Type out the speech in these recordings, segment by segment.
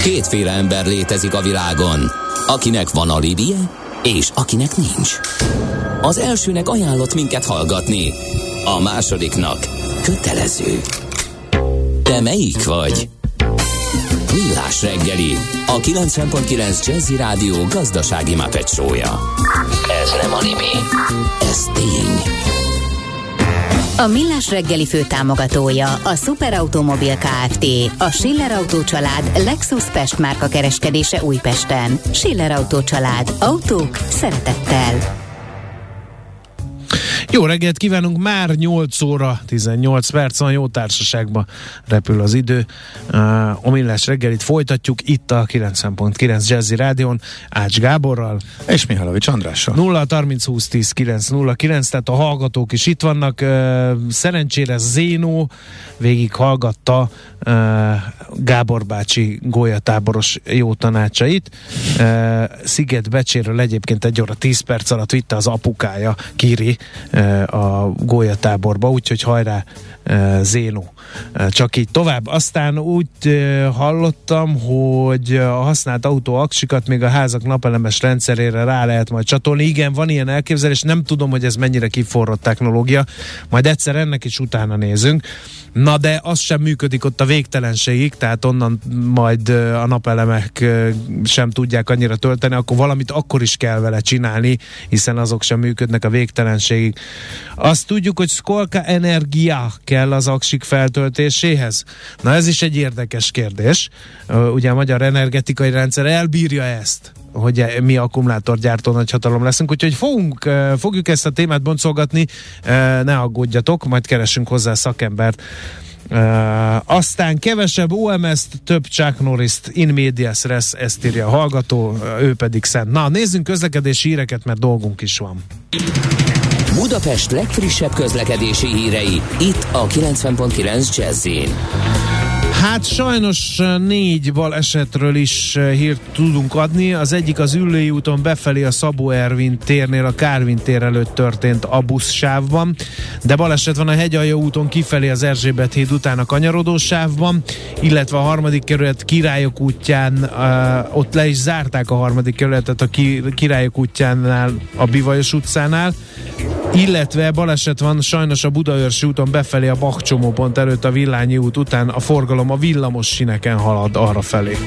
Kétféle ember létezik a világon, akinek van alibije, és akinek nincs. Az elsőnek ajánlott minket hallgatni, a másodiknak kötelező. Te melyik vagy? Millás reggeli, a 90.9 Jazzy Rádió gazdasági Muppet show-ja. Ez nem anime, ez tény. A Millás reggeli főtámogatója a Superautomobil Kft. A Schiller Autó család Lexus Pest márka kereskedése Újpesten. Schiller Autó család. Autók szeretettel. Jó reggelt kívánunk, már 8 óra 18 perc van, jó társaságban repül az idő. A Millás reggelit folytatjuk itt a 90.9 Jazzy Rádión Ács Gáborral és Mihálovics Andrással. 0-30-20-10-9-09, tehát a hallgatók is itt vannak. Szerencsére Zénó végig hallgatta Gábor bácsi gólyatáboros jó tanácsait. Sziget Becséről egyébként 1 óra 10 perc alatt vitte az apukája, Kiri, a gólyatáborba, úgyhogy hajrá Zénó. Csak így tovább. Aztán úgy hallottam, hogy a használt autó aksikat még a házak napelemes rendszerére rá lehet majd csatolni. Igen, van ilyen elképzelés, nem tudom, hogy ez mennyire kiforrott technológia, majd egyszer ennek is utána nézünk. Na de az sem működik ott a végtelenségig, tehát onnan majd a napelemek sem tudják annyira tölteni, akkor valamit akkor is kell vele csinálni, hiszen azok sem működnek a végtelenségig. Azt tudjuk, hogy Skolka Energia kell az aksik feltöltéséhez. Na ez is egy érdekes kérdés. Ugye a magyar energetikai rendszer elbírja ezt, hogy mi akkumulátorgyártó nagyhatalom leszünk, úgyhogy fogjuk ezt a témát boncolgatni, ne aggódjatok, majd keresünk hozzá szakembert. Aztán kevesebb OMS-t, több Chuck Norris-t, in medias res, ezt írja a hallgató, ő pedig szent. Na, nézzünk közlekedési híreket, mert dolgunk is van. Budapest legfrissebb közlekedési hírei, itt a 90.9 Jazzyn. Hát sajnos 4 balesetről is hírt tudunk adni. Az egyik az Üllői úton befelé a Szabó Ervin térnél, a Kárvin tér előtt történt a buszsávban, de baleset van a Hegyalja úton kifelé az Erzsébet híd után a kanyarodó sávban, illetve a 3. kerület Királyok útján, ott le is zárták a 3. kerületet a Királyok útjánál, a Bivajos utcánál, illetve baleset van sajnos a Budaörsi úton befelé a Bach csomópont előtt a Villányi út után, a forgalom a villamos sineken halad arrafelé.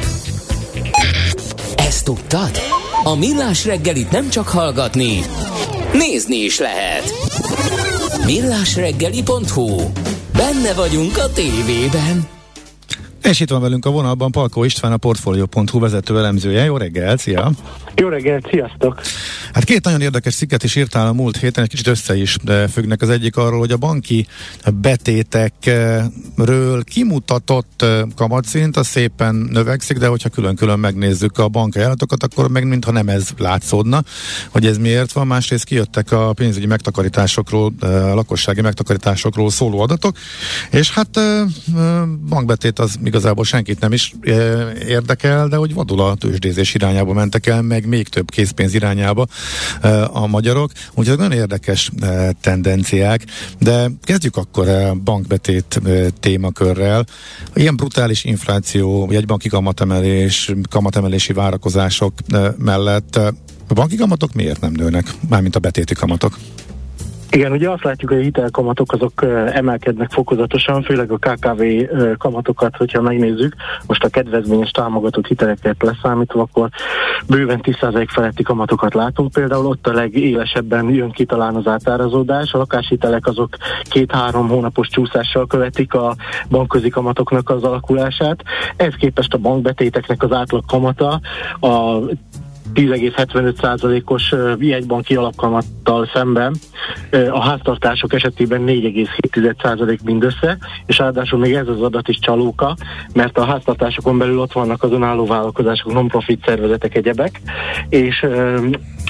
Ezt tudtad? A Millás reggelit nem csak hallgatni, nézni is lehet. millásreggeli.hu. Benne vagyunk a tévében. És itt van velünk a vonalban Palkó István, a Portfolio.hu vezető elemzője. Jó reggelt, szia! Jó reggelt, sziasztok! Hát 2 nagyon érdekes cikket is írtál a múlt héten, egy kicsit össze is függnek. Az egyik arról, hogy a banki betétekről kimutatott kamatszint az szépen növekszik, de hogyha külön-külön megnézzük a bankajánlatokat, akkor meg mintha nem ez látszódna, hogy ez miért van. Másrészt kijöttek a pénzügyi megtakarításokról, a lakossági megtakarításokról szóló adatok, és hát bankbetét az igazából senkit nem is érdekel, de hogy vadul a tőzsdézés irányába mentek el, meg még több készpénz irányába a magyarok, úgyhogy nagyon érdekes tendenciák, de kezdjük akkor a bankbetét témakörrel. Ilyen brutális infláció, jegybanki kamatemelési várakozások mellett a banki kamatok miért nem nőnek, mármint a betéti kamatok? Igen, ugye azt látjuk, hogy a hitelkamatok azok emelkednek fokozatosan, főleg a KKV kamatokat, hogyha megnézzük, most a kedvezményes támogatott hiteleket leszámítva, akkor bőven 10% feletti kamatokat látunk. Például ott a legélesebben jön ki talán az átárazódás. A lakáshitelek azok 2-3 hónapos csúszással követik a bankközi kamatoknak az alakulását. Ez képest a bankbetéteknek az átlag kamata a 10,75%-os jegybanki alapkamattal szemben a háztartások esetében 4,7% mindössze, és ráadásul még ez az adat is csalóka, mert a háztartásokon belül ott vannak az önálló vállalkozások, non-profit szervezetek, egyebek, és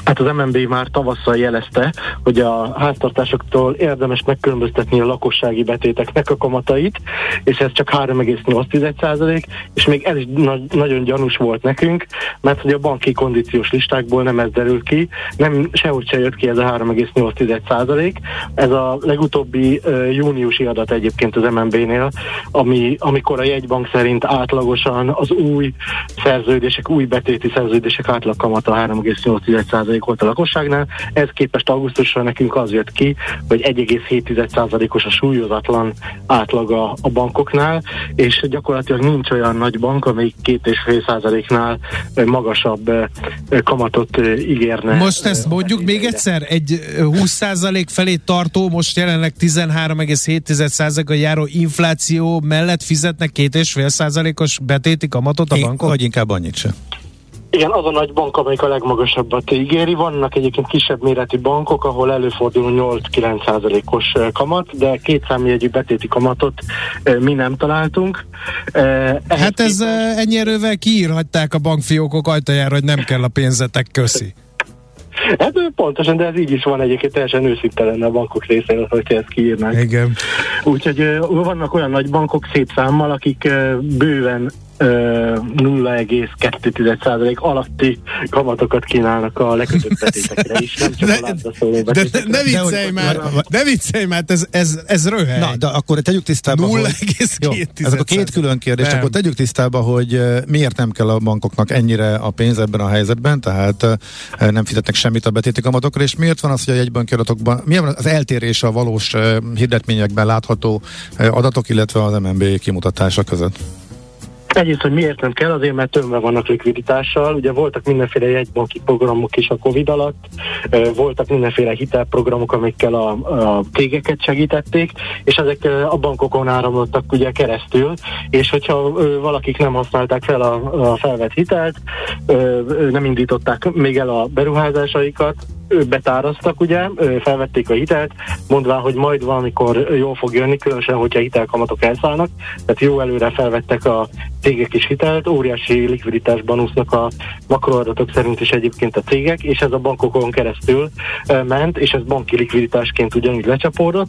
Hát az MNB már tavasszal jelezte, hogy a háztartásoktól érdemes megkülönböztetni a lakossági betéteknek a kamatait, és ez csak 3,8%, és még ez is nagyon gyanús volt nekünk, mert hogy a banki kondíciós listákból nem ez derül ki, nem sehogy se jött ki ez a 3,8%. Ez a legutóbbi júniusi adat egyébként az MNB-nél, amikor a jegybank szerint átlagosan az új szerződések, új betéti szerződések átlagkamata 3,8% volt a lakosságnál. Ez képest augusztusra nekünk az jött ki, hogy 1,7%-os a súlyozatlan átlaga a bankoknál, és gyakorlatilag nincs olyan nagy bank, amelyik 2,5%-nál magasabb kamatot ígérne. Most ezt mondjuk még egyszer, egy 20% felé tartó, most jelenleg 13,7%-a járó infláció mellett fizetnek 2,5%-os betéti kamatot a bankok? Vagy inkább annyit sem. Igen, az a nagy bank, amelyik a legmagasabbat ígéri. Vannak egyébként kisebb méretű bankok, ahol előfordul 8-9%-os kamat, de kétszámjegyű betéti kamatot mi nem találtunk. Hát ez ennyi erővel kiírhatták a bankfiókok ajtajára, hogy nem kell a pénzetek, köszi. Hát pontosan, de ez így is van egyébként, teljesen őszinte lenne a bankok részéről, hogyha ezt kiírnák. Igen. Úgyhogy vannak olyan nagy bankok szép számmal, akik bőven 0,2% alatti kamatokat kínálnak a lekötött betétekre is, nem csak a lábra szóló betétekre. Ne viccelj már, ez röhely. Na, de akkor tegyük tisztába, 0,2%. Ezek a két külön kérdés, akkor tegyük tisztába, hogy miért nem kell a bankoknak ennyire a pénz ebben a helyzetben, tehát nem fizetnek semmit a betéti kamatokra, és miért van az, hogy a jegybanki adatokban, milyen az eltérés a valós hirdetményekben látható adatok, illetve az MNB kimutatása között? Egyrészt, hogy miért nem kell, azért, mert tömve vannak likviditással. Ugye voltak mindenféle jegybanki programok is a Covid alatt, voltak mindenféle hitelprogramok, amikkel a cégeket segítették, és ezek a bankokon áramlottak ugye keresztül, és hogyha valakik nem használták fel a felvett hitelt, nem indították még el a beruházásaikat, betáraztak, ugye, felvették a hitelt, mondván, hogy majd valamikor jól fog jönni, különösen, hogyha hitelkamatok elszállnak, tehát jó előre felvettek a cégek is hitelt, óriási likviditásban úsznak a makroadatok szerint is egyébként a cégek, és ez a bankokon keresztül ment, és ez banki likviditásként ugyanúgy lecsapódott,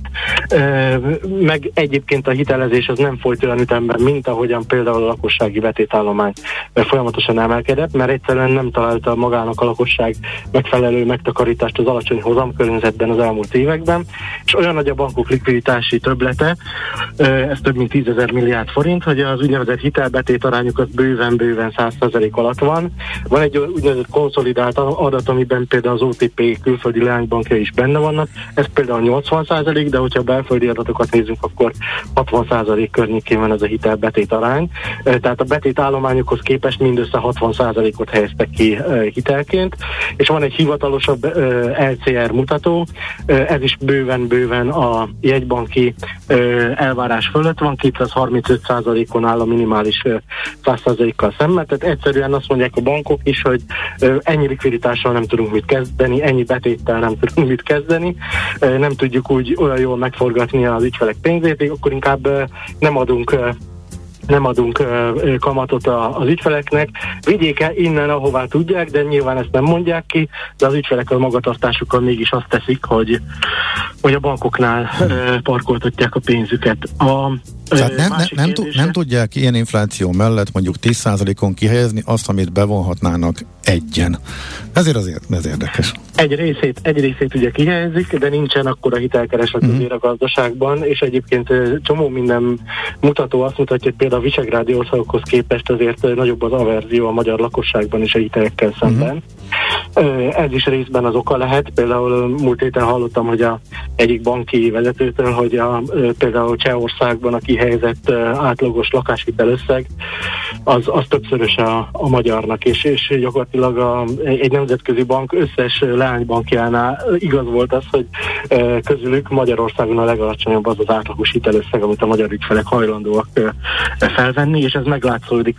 meg egyébként a hitelezés az nem folyt olyan ütemben, mint ahogyan például a lakossági betétállomány folyamatosan emelkedett, mert egyszerűen nem találta magának a lakosság megfelelő megtakarítást az alacsony hozamkörnyezetben az elmúlt években, és olyan nagy a bankok likviditási többlete, ez több mint 10 000 milliárd forint, hogy az úgynevezett hitelbetét arányuk az bőven 100% alatt van. Van egy úgynevezett konszolidált adat, amiben például az OTP külföldi leánybankja is benne vannak, ez például 80%, de hogyha a belföldi adatokat nézzünk, akkor 60% környékén van ez a hitelbetét arány. Tehát a betét állományokhoz képest mindössze 60%-ot helyeztek ki hitelként, és van egy hivatalosabb LCR mutató, ez is bőven a jegybanki elvárás fölött van, 235%-on áll a minimális 100%-kal szemben, tehát egyszerűen azt mondják a bankok is, hogy ennyi likviditással nem tudunk mit kezdeni, ennyi betéttel nem tudunk mit kezdeni, nem tudjuk úgy olyan jól megforgatni az ügyfelek pénzét, akkor inkább nem adunk kamatot az ügyfeleknek. Vigyék el innen, ahová tudják, de nyilván ezt nem mondják ki, de az ügyfelek a magatartásukkal mégis azt teszik, hogy a bankoknál parkoltatják a pénzüket. Tehát nem tudják ilyen infláció mellett mondjuk 10%-on kihelyezni azt, amit bevonhatnának egyen. Ezért ez érdekes. Egy részét ugye kihelyezik, de nincsen akkora hitelkereslet azért a gazdaságban, és egyébként csomó minden mutató azt mutatja, hogy például a visegrádi országokhoz képest azért nagyobb az averzió a magyar lakosságban is a hitelekkel szemben. Ez is részben az oka lehet. Például múlt héten hallottam, hogy egyik banki vezetőtől, hogy például Csehországban a kihelyezett átlagos lakáshitelösszeg az többszörös a magyarnak, és gyakorlatilag egy nemzetközi bank összes leánybankjánál igaz volt az, hogy közülük Magyarországon a legalacsonyabb az az átlagos hitelösszeg, amit a magyar ügyfelek hajlandóak felvenni, és ez meglátszódik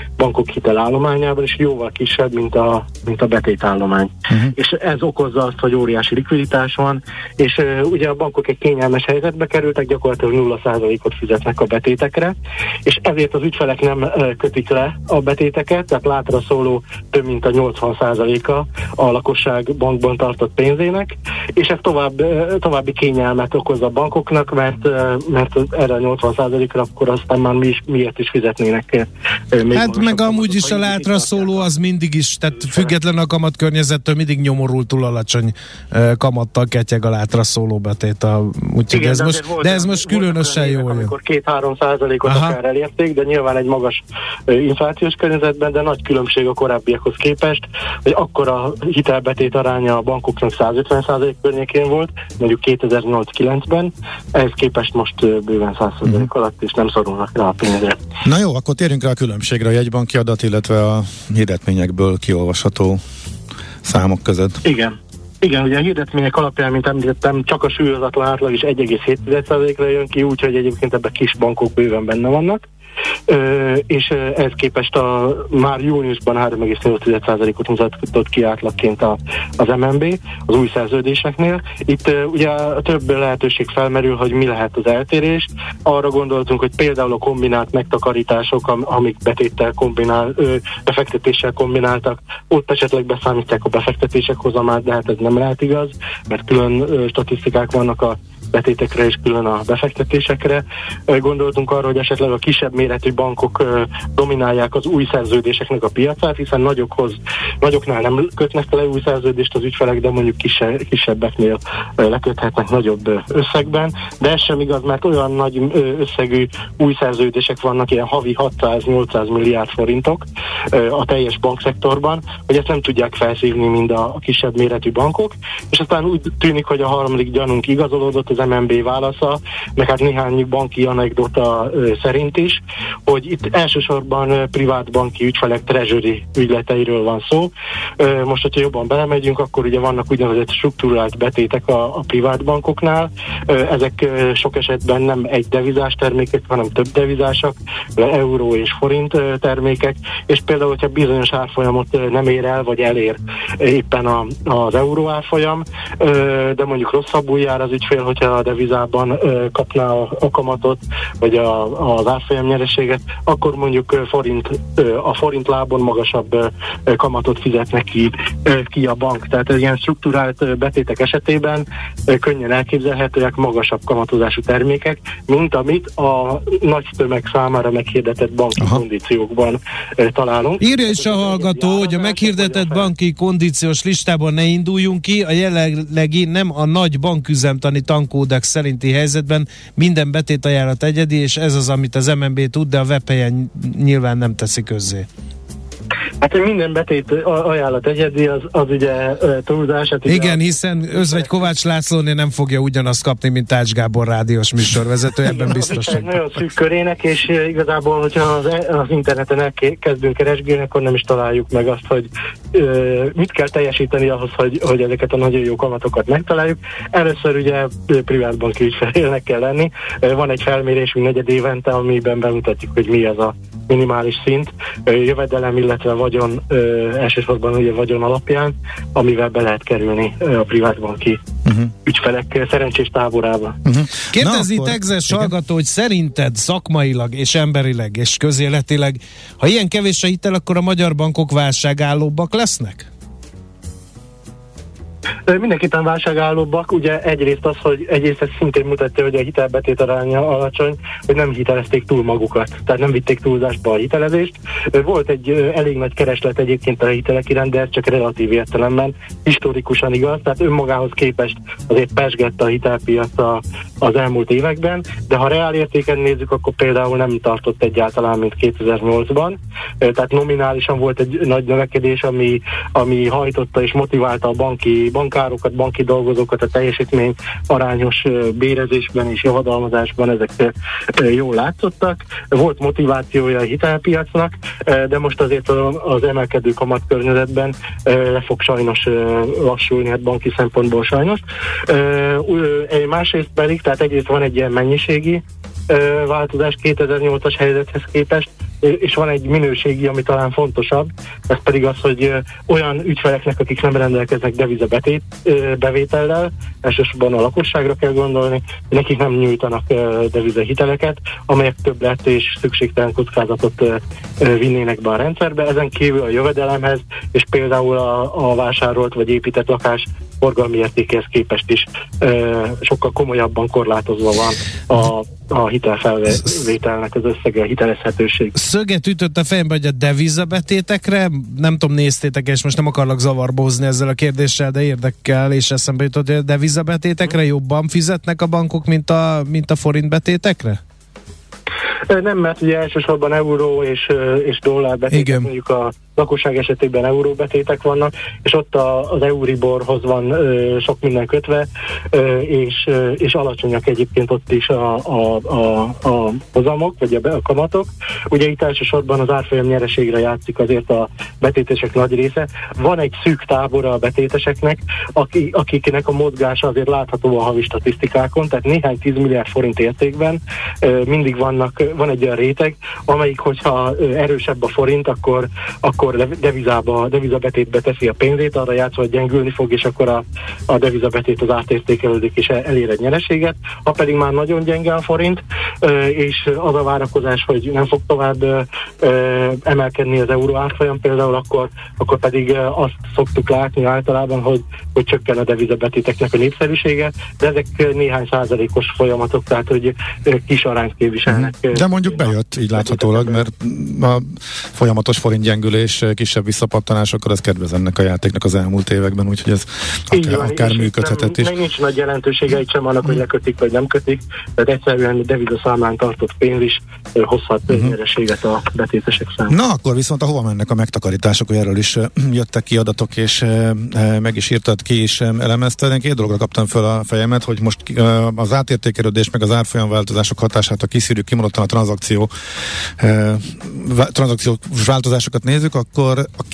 bankok hitelállományában, és jóval kisebb, mint a betétállomány. És ez okozza azt, hogy óriási likviditás van, és ugye a bankok egy kényelmes helyzetbe kerültek, gyakorlatilag 0%-ot fizetnek a betétekre, és ezért az ügyfelek nem kötik le a betéteket, tehát látra szóló több mint a 80%-a a lakosság bankban tartott pénzének, és ez további kényelmet okoz a bankoknak, mert erre a 80%-ra akkor aztán már miért is fizetnének. Hát meg amúgy is a látra szóló az mindig is, tehát független a kamatkörnyezettől mindig nyomorul túl alacsony kamattal ketyeg a látra szóló betét. Úgyhogy igen, ez most különösen jól jön. Amikor 2-3%-ot akár elérték, de nyilván egy magas inflációs környezetben, de nagy különbség a korábbiakhoz képest, hogy akkor a hitelbetét aránya a bankoknak 150% környékén volt, mondjuk 2008-9-ben, ehhez képest most bőven 100% alatt, és nem szorulnak rá a pénzre. Na jó, akkor térjünk rá a különbségre a jegybanki adat, illetve a hirdetményekből kiolvasható számok között. Igen, ugye a hirdetmények alapján, mint említettem, csak a súlyozatlan átlag is 1,7%-ra jön ki, úgyhogy egyébként ebben kis bankok bőven benne vannak. És ehhez képest már júniusban 3,8%-ot mutatott ki átlagként az MNB az új szerződéseknél. Itt ugye több lehetőség felmerül, hogy mi lehet az eltérés. Arra gondoltunk, hogy például a kombinált megtakarítások, amik befektetéssel kombináltak, ott esetleg beszámítják a befektetések hozamát, de hát ez nem lehet igaz, mert külön statisztikák vannak a betétekre és külön a befektetésekre. Gondoltunk arra, hogy esetleg a kisebb méretű bankok dominálják az új szerződéseknek a piacát, hiszen nagyoknál nem kötnek le új szerződést az ügyfelek, de mondjuk kisebbeknél leköthetnek nagyobb összegben. De ez sem igaz, mert olyan nagy összegű új szerződések vannak, ilyen havi 600-800 milliárd forintok a teljes bankszektorban, hogy ezt nem tudják felszívni mind a kisebb méretű bankok, és aztán úgy tűnik, hogy a harmadik gyanunk igazolódott, az MNB válasza, meg hát néhány banki anekdota szerint is, hogy itt elsősorban privát banki ügyfelek treasury ügyleteiről van szó. Most, hogyha jobban belemegyünk, akkor ugye vannak úgynevezett strukturált betétek a privát bankoknál. Ezek sok esetben nem egy devizás termékek, hanem több devizásak, euró és forint termékek, és például, hogyha bizonyos árfolyamot nem ér el, vagy elér éppen az euró árfolyam, de mondjuk rosszabbul jár az ügyfél, hogyha a devizában kapná a kamatot, vagy az árfolyam nyereséget, akkor mondjuk a forint lábon magasabb kamatot fizetnek ki a bank. Tehát ilyen strukturált betétek esetében könnyen elképzelhetőek magasabb kamatozású termékek, mint amit a nagy tömeg számára meghirdetett banki kondíciókban találunk. Írja is a hallgató, hogy a meghirdetett banki kondíciós listában ne induljunk ki, a jelenlegi nem a nagy banküzemtani tankódex szerinti helyzetben minden betétajánlat egyedi, és ez az, amit az MNB tud, de a webhelyen nyilván nem teszi közzé. Hát, hogy minden betét ajánlat egyedi, az ugye túlzás. Hát igen, hiszen Özvegy Kovács Lászlónél nem fogja ugyanazt kapni, mint Ács Gábor rádiós műsorvezető, ebben biztos. Nagyon szűk körének, és igazából, hogyha az interneten elkezdünk keresgélni, akkor nem is találjuk meg azt, hogy mit kell teljesíteni ahhoz, hogy ezeket a nagyon jó kamatokat megtaláljuk. Először ugye privátbanki ügyfélnek kell lenni. Van egy felmérésünk negyed évente, amiben bemutatjuk, hogy mi az a minimális szint, jövedelem, illetve vagyon, elsősorban ugye vagyon alapján, amivel be lehet kerülni a privátbanki ügyfelek szerencsés táborába. Kérdezi Tegzes hallgató, hogy szerinted szakmailag és emberileg és közéletileg, ha ilyen kevés a hitel, akkor a magyar bankok válságállóbbak lesznek? Mindenképpen válságállóbbak, ugye egyrészt ez szintén mutatja, hogy a hitelbetét aránya alacsony, hogy nem hitelezték túl magukat, tehát nem vitték túlzásba a hitelezést. Volt egy elég nagy kereslet egyébként a hitelek iránt, de ez csak relatív értelemben, historikusan igaz, tehát önmagához képest azért pezsgett a hitelpiac az elmúlt években, de ha reál értéken nézzük, akkor például nem tartott egyáltalán, mint 2008-ban, tehát nominálisan volt egy nagy növekedés, ami hajtotta és motiválta a bankárokat, banki dolgozókat a teljesítmény arányos bérezésben és javadalmazásban, ezek jól látszottak. Volt motivációja a hitelpiacnak, de most azért az emelkedő kamatkörnyezetben le fog sajnos lassulni, hát banki szempontból sajnos. Másrészt pedig, tehát egyrészt van egy ilyen mennyiségi változás 2008-as helyzethez képest, és van egy minőségi, ami talán fontosabb, ez pedig az, hogy olyan ügyfeleknek, akik nem rendelkeznek bevétellel, elsősorban a lakosságra kell gondolni, nekik nem nyújtanak devizahiteleket, amelyek többlet és szükségtelen kockázatot vinnének be a rendszerbe. Ezen kívül a jövedelemhez, és például a vásárolt vagy épített lakás forgalmi értékéhez képest is sokkal komolyabban korlátozva van a hitelfelvételnek az összege, a hitelezhetőség. Szöget ütött a fejembe, hogy a devizabetétekre, nem tudom, néztétek, és most nem akarlak zavarba hozni ezzel a kérdéssel, de érdekel, és eszembe jutott, hogy a devizabetétekre jobban fizetnek a bankok, mint a forintbetétekre? Nem, mert ugye elsősorban euró és dollár betétek, mondjuk a lakosság esetében euróbetétek vannak, és ott az Euriborhoz van sok minden kötve, és alacsonyak egyébként ott is a hozamok, vagy a kamatok. Ugye itt elsősorban az árfolyam nyereségre játszik azért a betétesek nagy része. Van egy szűk tábora a betéteseknek, akiknek a mozgása azért látható a havi statisztikákon, tehát néhány 10 milliárd forint értékben mindig van egy olyan réteg, amelyik, hogyha erősebb a forint, akkor devizabetétbe teszi a pénzét, arra játszva, hogy gyengülni fog, és akkor a devizabetét az átértékelődik, és elér egy nyereséget. Ha pedig már nagyon gyenge a forint, és az a várakozás, hogy nem fog tovább emelkedni az euró árfolyam például, akkor pedig azt szoktuk látni általában, hogy csökken a devizabetéteknek a népszerűsége, de ezek néhány százalékos folyamatok, tehát hogy kis arányt képviselnek. De mondjuk bejött így láthatólag, mert a folyamatos forint gyengülés, kisebb visszapattanásokkal ez kedvez ennek a játéknak az elmúlt években, úgyhogy ez akár működhetett is. Meg nincs nagy jelentősége itt sem annak, hogy lekötik vagy nem kötik, tehát egyszerűen devizaszámlán tartott pénz is hozhat nyereséget a betétesek számára. Na akkor viszont hova mennek a megtakarítások, hogy erről is jöttek ki adatok, és meg is írtad, ki is elemezted. Én két dologra kaptam föl a fejemet, hogy most az átértékelődés meg az árfolyamváltozások hatását, ha kiszűrjük kimondottan a tranzakciós változásokat nézzük, akkor a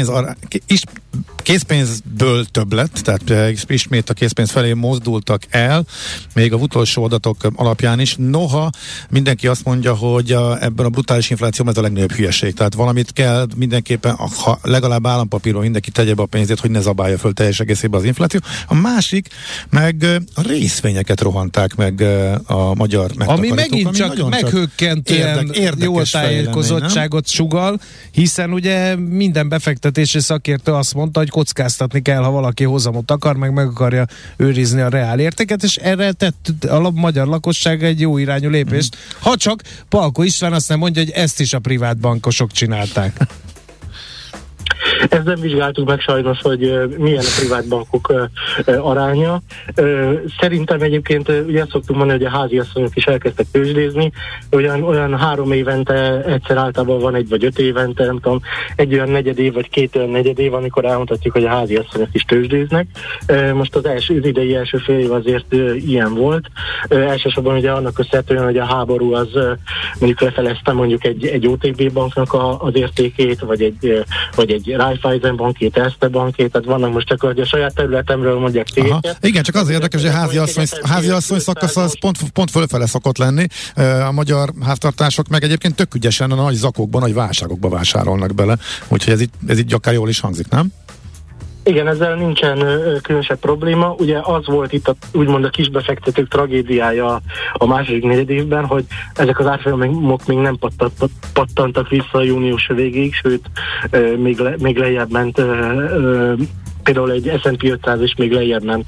készpénzből többlet, tehát ismét a készpénz felé mozdultak el, még a utolsó adatok alapján is. Noha mindenki azt mondja, hogy ebben a brutális inflációban ez a legnagyobb hülyeség. Tehát valamit kell mindenképpen, ha legalább állampapíron mindenki tegye be a pénzét, hogy ne zabálja föl teljes egészében az infláció. A másik, meg a részvényeket rohanták meg a magyar megtakarítók. Ami megint csak meghökkentően jól tájékozottságot sugal, hiszen ugye minden befektetési szakértő azt mondta, hogy kockáztatni kell, ha valaki hozamot akar, meg akarja őrizni a reál értéket, és erre tett a magyar lakosság egy jó irányú lépést. Ha csak Palko István azt nem mondja, hogy ezt is a privát bankosok csinálták. Ezt nem vizsgáltuk meg sajnos, hogy milyen a privát bankok aránya. Szerintem egyébként ugye ezt szoktuk mondani, hogy a háziasszonyok is elkezdtek tőzsdézni, olyan 3 évente egyszer általában van 1 vagy 5 évente, nem tudom, egy olyan negyedév vagy 2 olyan negyedév, amikor elmondhatjuk, hogy a háziasszonyok is tőzsdéznek. Most az idei első fél év azért ilyen volt. Elsősorban ugye annak köszönhetően, hogy a háború az mondjuk lefelezte mondjuk egy OTP banknak az értékét, vagy egy Raiffeisen bankét, Erste bankét, tehát vannak most csak, hogy a saját területemről mondják cégeket. Igen, csak az érdekes, hogy a háziasszony szakasz az pont fölfele szokott lenni. A magyar háztartások meg egyébként tök ügyesen a nagy zakokban, nagy válságokba vásárolnak bele. Úgyhogy ez így akár jól is hangzik, nem? Igen, ezzel nincsen különösebb probléma. Ugye az volt itt úgymond a kisbefektetők tragédiája a második negyedévben, hogy ezek az árfolyamok még nem pattantak vissza június végéig, sőt még lejjebb ment, például egy S&P 500 is még lejjebb ment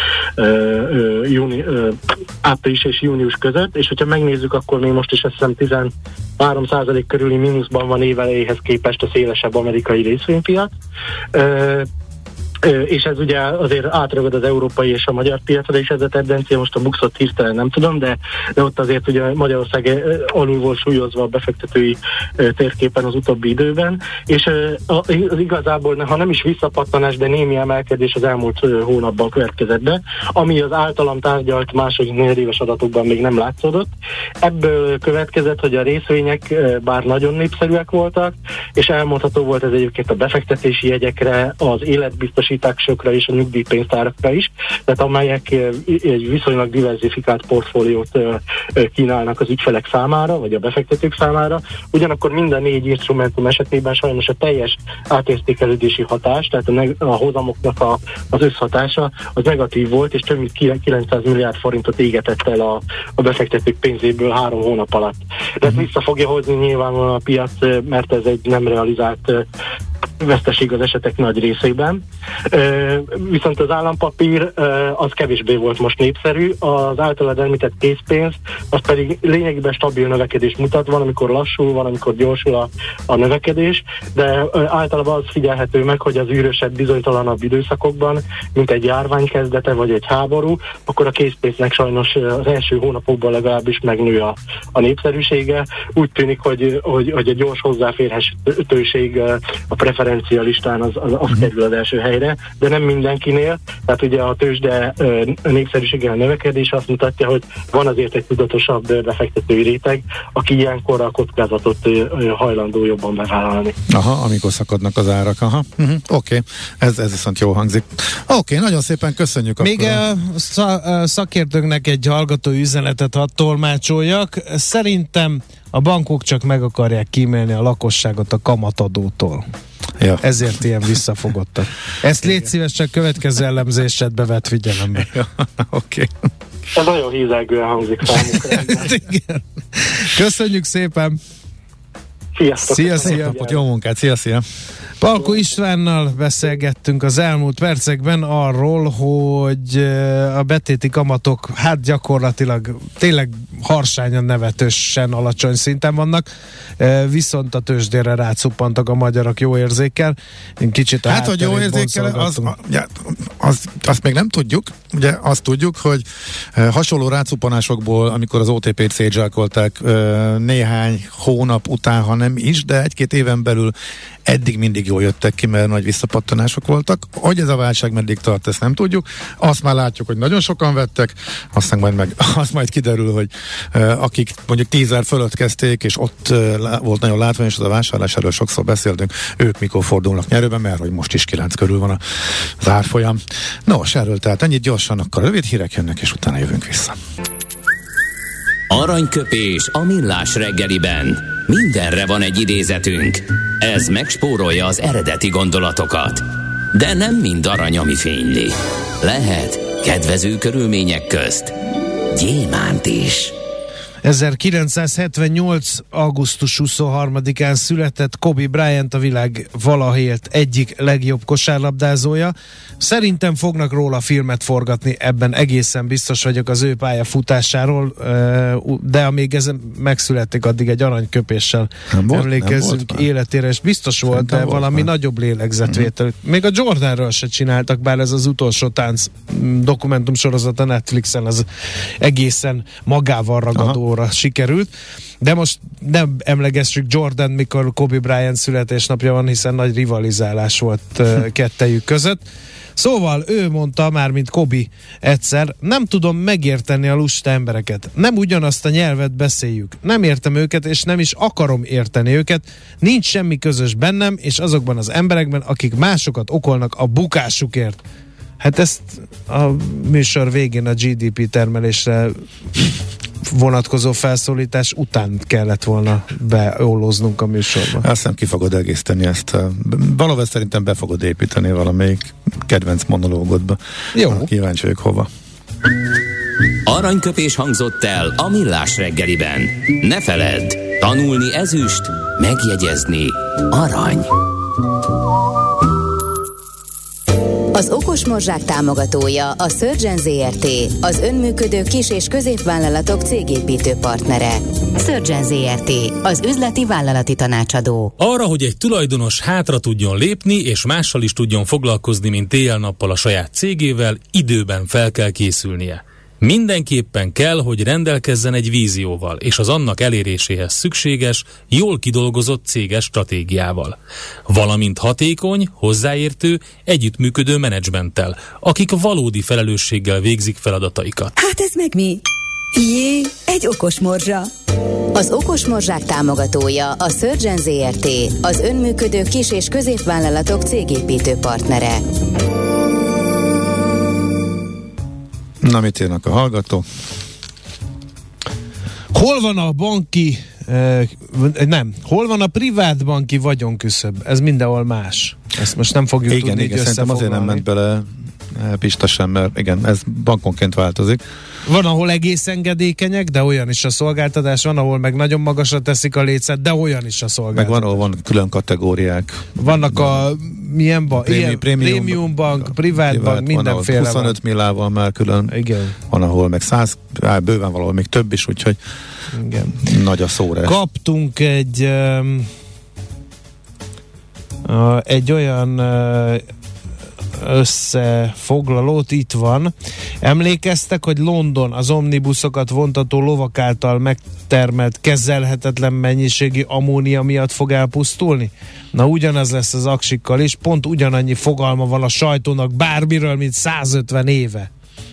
április és június között, és hogyha megnézzük, akkor még most is azt hiszem 13% körüli mínuszban van évelejéhez képest a szélesebb amerikai részvénypiac. És ez ugye azért átragad az európai és a magyar piacra, és ez a tendencia, most a Buxot hirtelen nem tudom, de ott azért ugye Magyarország alul volt súlyozva a befektetői térképen az utóbbi időben, és az igazából, ha nem is visszapattanás, de némi emelkedés az elmúlt hónapban következett be, ami az általam tárgyalt második negyedéves adatokban még nem látszódott. Ebből következett, hogy a részvények bár nagyon népszerűek voltak, és elmondható volt ez egyébként a befektetési jegyekre, az életbiztosításokra, annuitáksokra és a nyugdíjpénztárakra is, tehát amelyek egy viszonylag diversifikált portfóliót kínálnak az ügyfelek számára, vagy a befektetők számára. Ugyanakkor minden 4 instrumentum esetében sajnos a teljes átértékelődési hatás, tehát a hozamoknak az összhatása az negatív volt, és több mint 900 milliárd forintot égetett el a befektetők pénzéből 3 hónap alatt. De ezt vissza fogja hozni nyilvánvalóan a piac, mert ez egy nem realizált veszteség az esetek nagy részében. Viszont az állampapír az kevésbé volt most népszerű, az általad említett készpénz, az pedig lényegében stabil növekedés mutat, van, amikor lassul, van, amikor gyorsul a növekedés, de általában az figyelhető meg, hogy az űrösebb, bizonytalanabb időszakokban, mint egy járvány kezdete, vagy egy háború, akkor a készpénznek sajnos az első hónapokban legalábbis megnő a népszerűsége. Úgy tűnik, hogy a gyors hozzáférhetőség a preferencia listán az kerül az első helyre, de nem mindenkinél. Tehát ugye a tőzsde népszerűsége a növekedés azt mutatja, hogy van azért egy tudatosabb befektetői réteg, aki ilyenkor a kockázatot hajlandó jobban bevállalni. Aha, amikor szakadnak az árak. Aha. Oké. Ez viszont jó hangzik. Oké, nagyon szépen köszönjük. Még szakértőknek egy hallgató üzenetet hadd tolmácsoljak. Szerintem a bankok csak meg akarják kímélni a lakosságot a kamatadótól. Ja. Ezért ilyen visszafogottak. Ezt légy szíves, csak következő elemzésedbe vett figyelembe. Ja, oké. Ez nagyon hízelgően hangzik számukra. Igen. Köszönjük szépen! Sziasztok! Szia! Jó munkát! Szia! Palko Istvánnal beszélgettünk az elmúlt percekben arról, hogy a betéti kamatok hát gyakorlatilag tényleg harsányan, nevetősen alacsony szinten vannak, viszont a tőzsdére rácuppantak a magyarok jó érzékkel. Kicsit hát, hogy jó érzékkel, azt még nem tudjuk. Ugye azt tudjuk, hogy hasonló rácuppanásokból, amikor az OTP-t szétzsákolták néhány hónap után, ha nem is, de 1-2 éven belül eddig mindig jól jöttek ki, mert nagy visszapattanások voltak. Hogy ez a válság meddig tart, ezt nem tudjuk. Azt már látjuk, hogy nagyon sokan vettek, aztán azt majd kiderül, hogy akik mondjuk 10 000 fölött kezdték, és ott volt nagyon látványos az a vásárlás, erről sokszor beszéltünk, ők mikor fordulnak nyerőben, mert hogy most is 9 körül van az árfolyam. Nos, erről tehát ennyit gyorsan, akkor rövid hírek jönnek, és utána jövünk vissza. Aranyköpés a millás reggeliben. Mindenre van egy idézetünk. Ez megspórolja az eredeti gondolatokat. De nem mind arany, ami fényli. Lehet kedvező körülmények közt gyémánt is. 1978. augusztus 23-án született Kobe Bryant, a világ valaha élt egyik legjobb kosárlabdázója. Szerintem fognak róla filmet forgatni, ebben egészen biztos vagyok az ő pályafutásáról, de amíg ez megszületik, addig egy aranyköpéssel emlékezzünk életére, és biztos volt, de valami nagyobb lélegzetvétel. Még a Jordanről se csináltak, bár ez az utolsó tánc dokumentumsorozat a Netflixen, az egészen magával ragadó sikerült, de most nem emlegessük Jordan, mikor Kobe Bryant születésnapja van, hiszen nagy rivalizálás volt kettejük között. Szóval ő mondta már, mint Kobe egyszer, nem tudom megérteni a lusta embereket. Nem ugyanazt a nyelvet beszéljük. Nem értem őket, és nem is akarom érteni őket. Nincs semmi közös bennem, és azokban az emberekben, akik másokat okolnak a bukásukért. Hát ezt a műsor végén a GDP termelésre vonatkozó felszólítás után kellett volna beollóznunk a műsorba. Azt hiszem, ki fogod egészteni ezt. Valóban szerintem be fogod építeni valamelyik kedvenc monológodba. Jó. Kíváncsi vagyok hova. Aranyköpés hangzott el a millás reggeliben. Ne feledd, tanulni ezüst, megjegyezni arany. Az Okos Morzsák támogatója a Surgeon ZRT, az önműködő kis- és középvállalatok cégépítő partnere. Surgeon ZRT, az üzleti vállalati tanácsadó. Arra, hogy egy tulajdonos hátra tudjon lépni, és mással is tudjon foglalkozni, mint éjjel-nappal a saját cégével, időben fel kell készülnie. Mindenképpen kell, hogy rendelkezzen egy vízióval, és az annak eléréséhez szükséges, jól kidolgozott céges stratégiával. Valamint hatékony, hozzáértő, együttműködő menedzsmenttel, akik valódi felelősséggel végzik feladataikat. Hát ez meg mi? Jé, egy okos morzsa. Az okos morzsák támogatója a Surgeon Zrt., az önműködő kis- és középvállalatok cégépítő partnere. Na, mit írnak a hallgatók? Hol van a banki hol van a privát banki vagyonküszöb? Ez mindenhol más. Ezt most nem fogjuk tudni így szerintem azért nem ment bele Pista sem, mert igen, ez bankonként változik. Van, ahol egész engedékenyek, de olyan is a szolgáltatás, van, ahol meg nagyon magasra teszik a lécet, de olyan is a szolgáltatás. Meg van, ahol van külön kategóriák. Vannak a milyen bank? Prémium bank, privát bank, mindenféle 25 millával már külön. Igen. Van, ahol meg 100, bőven valahol még több is, úgyhogy igen. Nagy a szórás. Kaptunk egy olyan összefoglalót, itt van. Emlékeztek, hogy London az omnibuszokat vontató lovak által megtermelt kezelhetetlen mennyiségi ammónia miatt fog elpusztulni? Na, ugyanaz lesz az aksikkal is, pont ugyanannyi fogalma van a sajtónak bármiről, mint 150 éve.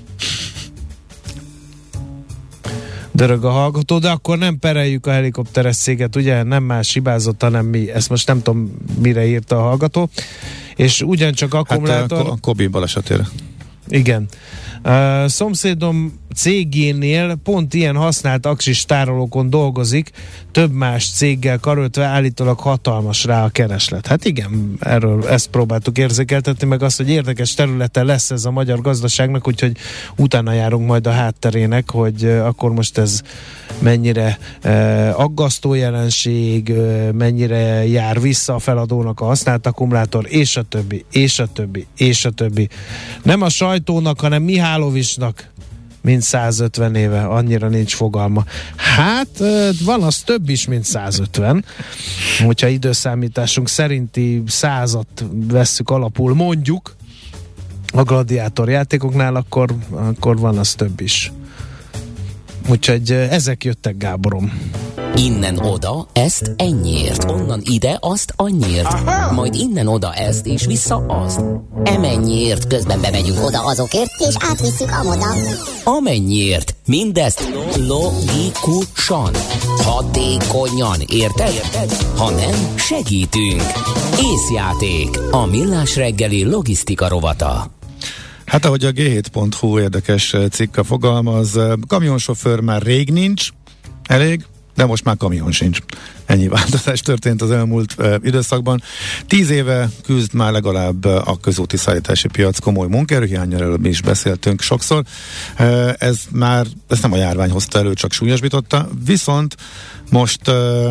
Dörög a hallgató, de akkor nem pereljük a helikopteres céget, ugye? Nem más hibázott, hanem mi. Ezt most nem tudom, mire írta a hallgató. És ugyancsak akkumulátor... Hát a Kobi balesetére. Igen. Szomszédom cégénél pont ilyen használt aksis tárolókon dolgozik, több más céggel karöltve, állítólag hatalmas rá a kereslet. Hát igen, erről ezt próbáltuk érzékeltetni, meg azt, hogy érdekes területe lesz ez a magyar gazdaságnak, úgyhogy utána járunk majd a hátterének, hogy akkor most ez mennyire aggasztó jelenség, mennyire jár vissza a feladónak a használt akkumulátor, és a többi, és a többi, és a többi. Nem a sajtónak, hanem Mihálovicsnak mint 150 éve, annyira nincs fogalma. Hát, van az több is, mint 150. Hogyha időszámításunk szerinti 100-at vesszük alapul, mondjuk a gladiátor játékoknál, akkor van az több is. Úgyhogy ezek jöttek, Gáborom. Innen oda, ezt ennyiért. Onnan ide, azt annyiért. Aha. Majd innen oda ezt, és vissza azt. Emennyiért, közben bemegyünk oda azokért, és átvisszük amoda. Amennyiért. Mindezt logikusan, hatékonyan, érted? Ha nem, segítünk. Észjáték. A Millás reggeli logisztika rovata. Hát ahogy a G7.hu érdekes cikka fogalmaz, kamionsofőr már rég nincs, elég, de most már kamion sincs. Ennyi változás történt az elmúlt időszakban. 10 éve küzd már legalább a közúti szállítási piac komoly munkaerőhiánnyal, erről mi is beszéltünk sokszor. Ezt nem a járvány hozta elő, csak súlyosbította, viszont most,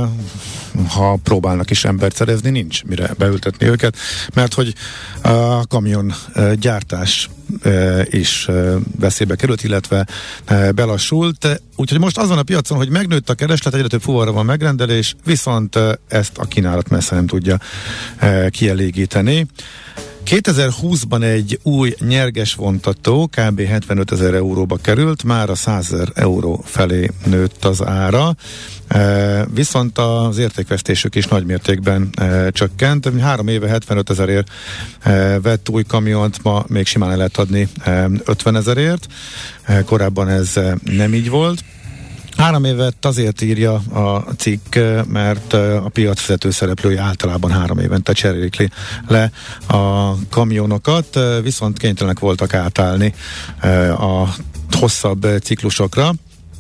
ha próbálnak is embert szerezni, nincs mire beültetni őket, mert hogy a kamion gyártás is veszélybe került, illetve belassult. Úgyhogy most az van a piacon, hogy megnőtt a kereslet, egyre több fuvarra van megrendelés, viszont ezt a kínálat messze nem tudja kielégíteni. 2020-ban egy új nyerges vontató kb. 75 000 euróba került, már a 100 000 euró felé nőtt az ára, viszont az értékvesztésük is nagymértékben csökkent. 3 éve 75 000-ért vett új kamiont, ma még simán el lehet adni 50 000-ért, korábban ez nem így volt. 3 évet azért írja a cikk, mert a piacvezető szereplői általában 3 évente cserélik le a kamionokat, viszont kénytelenek voltak átállni a hosszabb ciklusokra.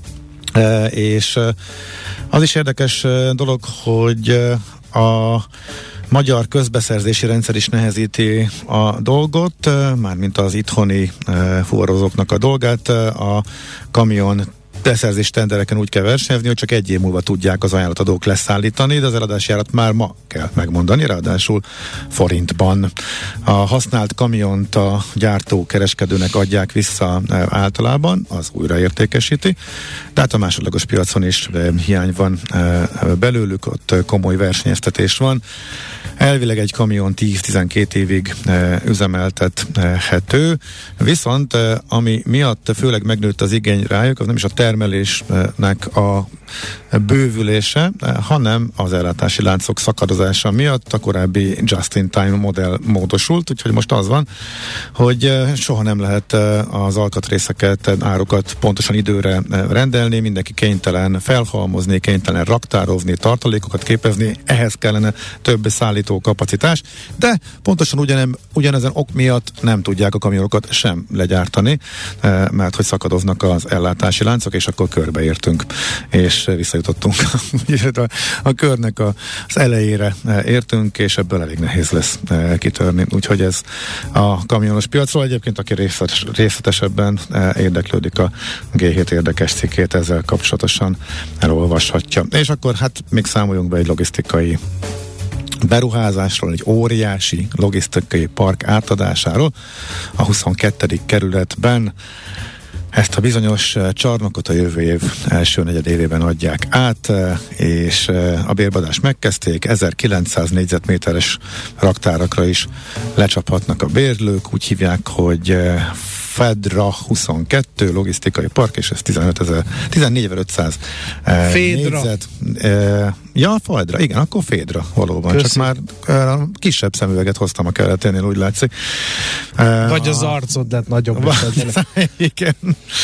És az is érdekes dolog, hogy a magyar közbeszerzési rendszer is nehezíti a dolgot, mármint az itthoni fuvarozóknak a dolgát. A kamion beszerzés tendereken úgy kell versenyezni, hogy csak 1 év múlva tudják az ajánlatadók leszállítani, de az eladási árat már ma kell megmondani, ráadásul forintban. A használt kamiont a gyártó kereskedőnek adják vissza általában, az újraértékesíti, de hát a másodlagos piacon is hiány van belőlük, ott komoly versenyeztetés van. Elvileg egy kamion 10-12 évig üzemeltethető, viszont ami miatt főleg megnőtt az igény rájuk, az nem is a termelésnek a bővülése, hanem az ellátási láncok szakadozása miatt a korábbi just-in-time modell módosult, úgyhogy most az van, hogy soha nem lehet az alkatrészeket, árukat pontosan időre rendelni, mindenki kénytelen felhalmozni, kénytelen raktározni, tartalékokat képezni, ehhez kellene több szállító kapacitás, de pontosan ugyanezen ok miatt nem tudják a kamionokat sem legyártani, mert hogy szakadoznak az ellátási láncok, és akkor körbeértünk, és visszajutottunk a körnek az elejére értünk, és ebből elég nehéz lesz kitörni. Úgyhogy ez a kamionos piacról. Egyébként, aki részletesebben érdeklődik, a G7 érdekes cikkét ezzel kapcsolatosan elolvashatja. És akkor hát még számoljunk be egy logisztikai beruházásról, egy óriási logisztikai park átadásáról a 22. kerületben. Ezt a bizonyos csarnokot a jövő év első negyedévében adják át, és a bérbeadást megkezdték, 1900 négyzetméteres raktárakra is lecsaphatnak a bérlők, úgy hívják, hogy Fedra 22 logisztikai park, és ez 14.500 négyzet. Ja, Fedra, igen, akkor Fedra valóban. Köszi. Csak már kisebb szemüveget hoztam a keleténél, úgy látszik. Vagy az arcod lett nagyobb. Igen.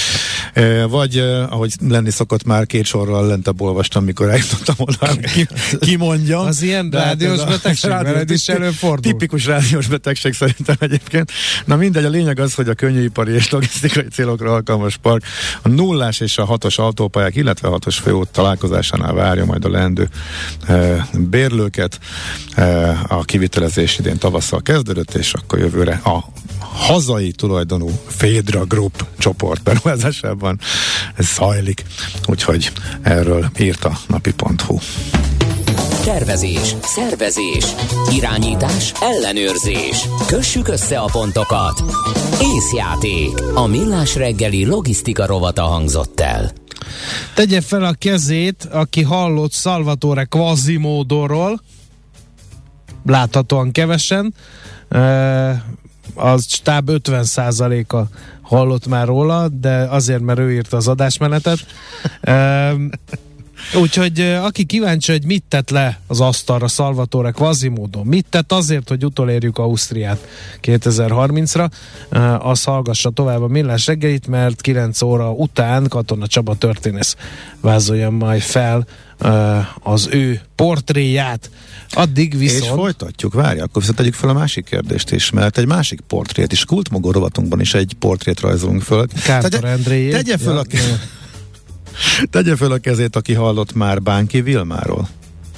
Vagy, ahogy lenni szokott, már 2 sorral lentebb olvastam, mikor eljutottam oda, kimondjam. Az ilyen rádiós betegség, veled is előfordul. Tipikus rádiós betegség szerintem egyébként. Na mindegy, a lényeg az, hogy a könnyűipari és logisztikai célokra alkalmas park a 0 és a 6-os autópályák, illetve a 6-os főút találkozásánál várja majd a leendő bérlőket. A kivitelezés idén tavasszal kezdődött, és akkor jövőre a hazai tulajdonú Fedra Group csoport beruházásában ez zajlik. Úgyhogy erről írt a napi.hu. Tervezés, szervezés, irányítás, ellenőrzés. Kössük össze a pontokat. Észjáték. A Millás reggeli logisztika rovata hangzott el. Tegye fel a kezét, aki hallott Salvatore Quasimodoról, láthatóan kevesen, az stáb 50%-a hallott már róla, de azért, mert ő írta az adásmenetet. Úgyhogy aki kíváncsi, hogy mit tett le az asztalra Salvatore Quasimodo, mit tett azért, hogy utolérjük Ausztriát 2030-ra, az hallgassa tovább a Millás reggelit, mert 9 óra után Katona Csaba történész vázolja majd fel az ő portréját. Addig viszont... És folytatjuk, várj, akkor viszont tegyük fel a másik kérdést is, mert egy másik portrét is, Kultmogó rovatunkban is egy portrét rajzolunk föl. Kártor Endréjét. Tegye föl a kezét, aki hallott már Bánki Vilmáról.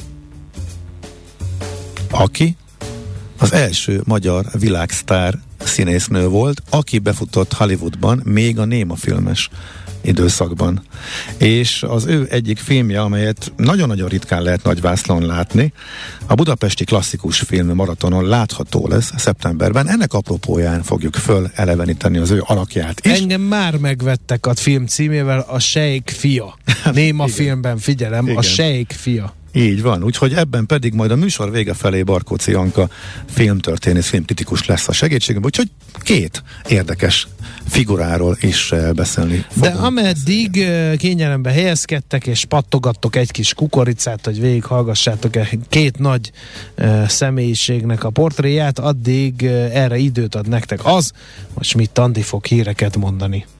Aki az első magyar világsztár színésznő volt, aki befutott Hollywoodban még a néma filmes időszakban. És az ő egyik filmje, amelyet nagyon-nagyon ritkán lehet nagyvászlón látni, a Budapesti Klasszikus Film Maratonon látható lesz szeptemberben. Ennek apropóján fogjuk föleleveníteni az ő alakját is. Engem már megvettek a film címével, a Sejk fia. Néma filmben, figyelem, igen. A Sejk fia. Így van, úgyhogy ebben pedig majd a műsor vége felé Barkóczy Anka filmtörténész, filmkritikus lesz a segítségünkben, úgyhogy 2 érdekes figuráról is beszélni fogunk. De ameddig kényelembe helyezkedtek és pattogattok egy kis kukoricát, hogy végighallgassátok 2 nagy személyiségnek a portréját, addig erre időt ad nektek az, hogy Schmidt Andi fog híreket mondani.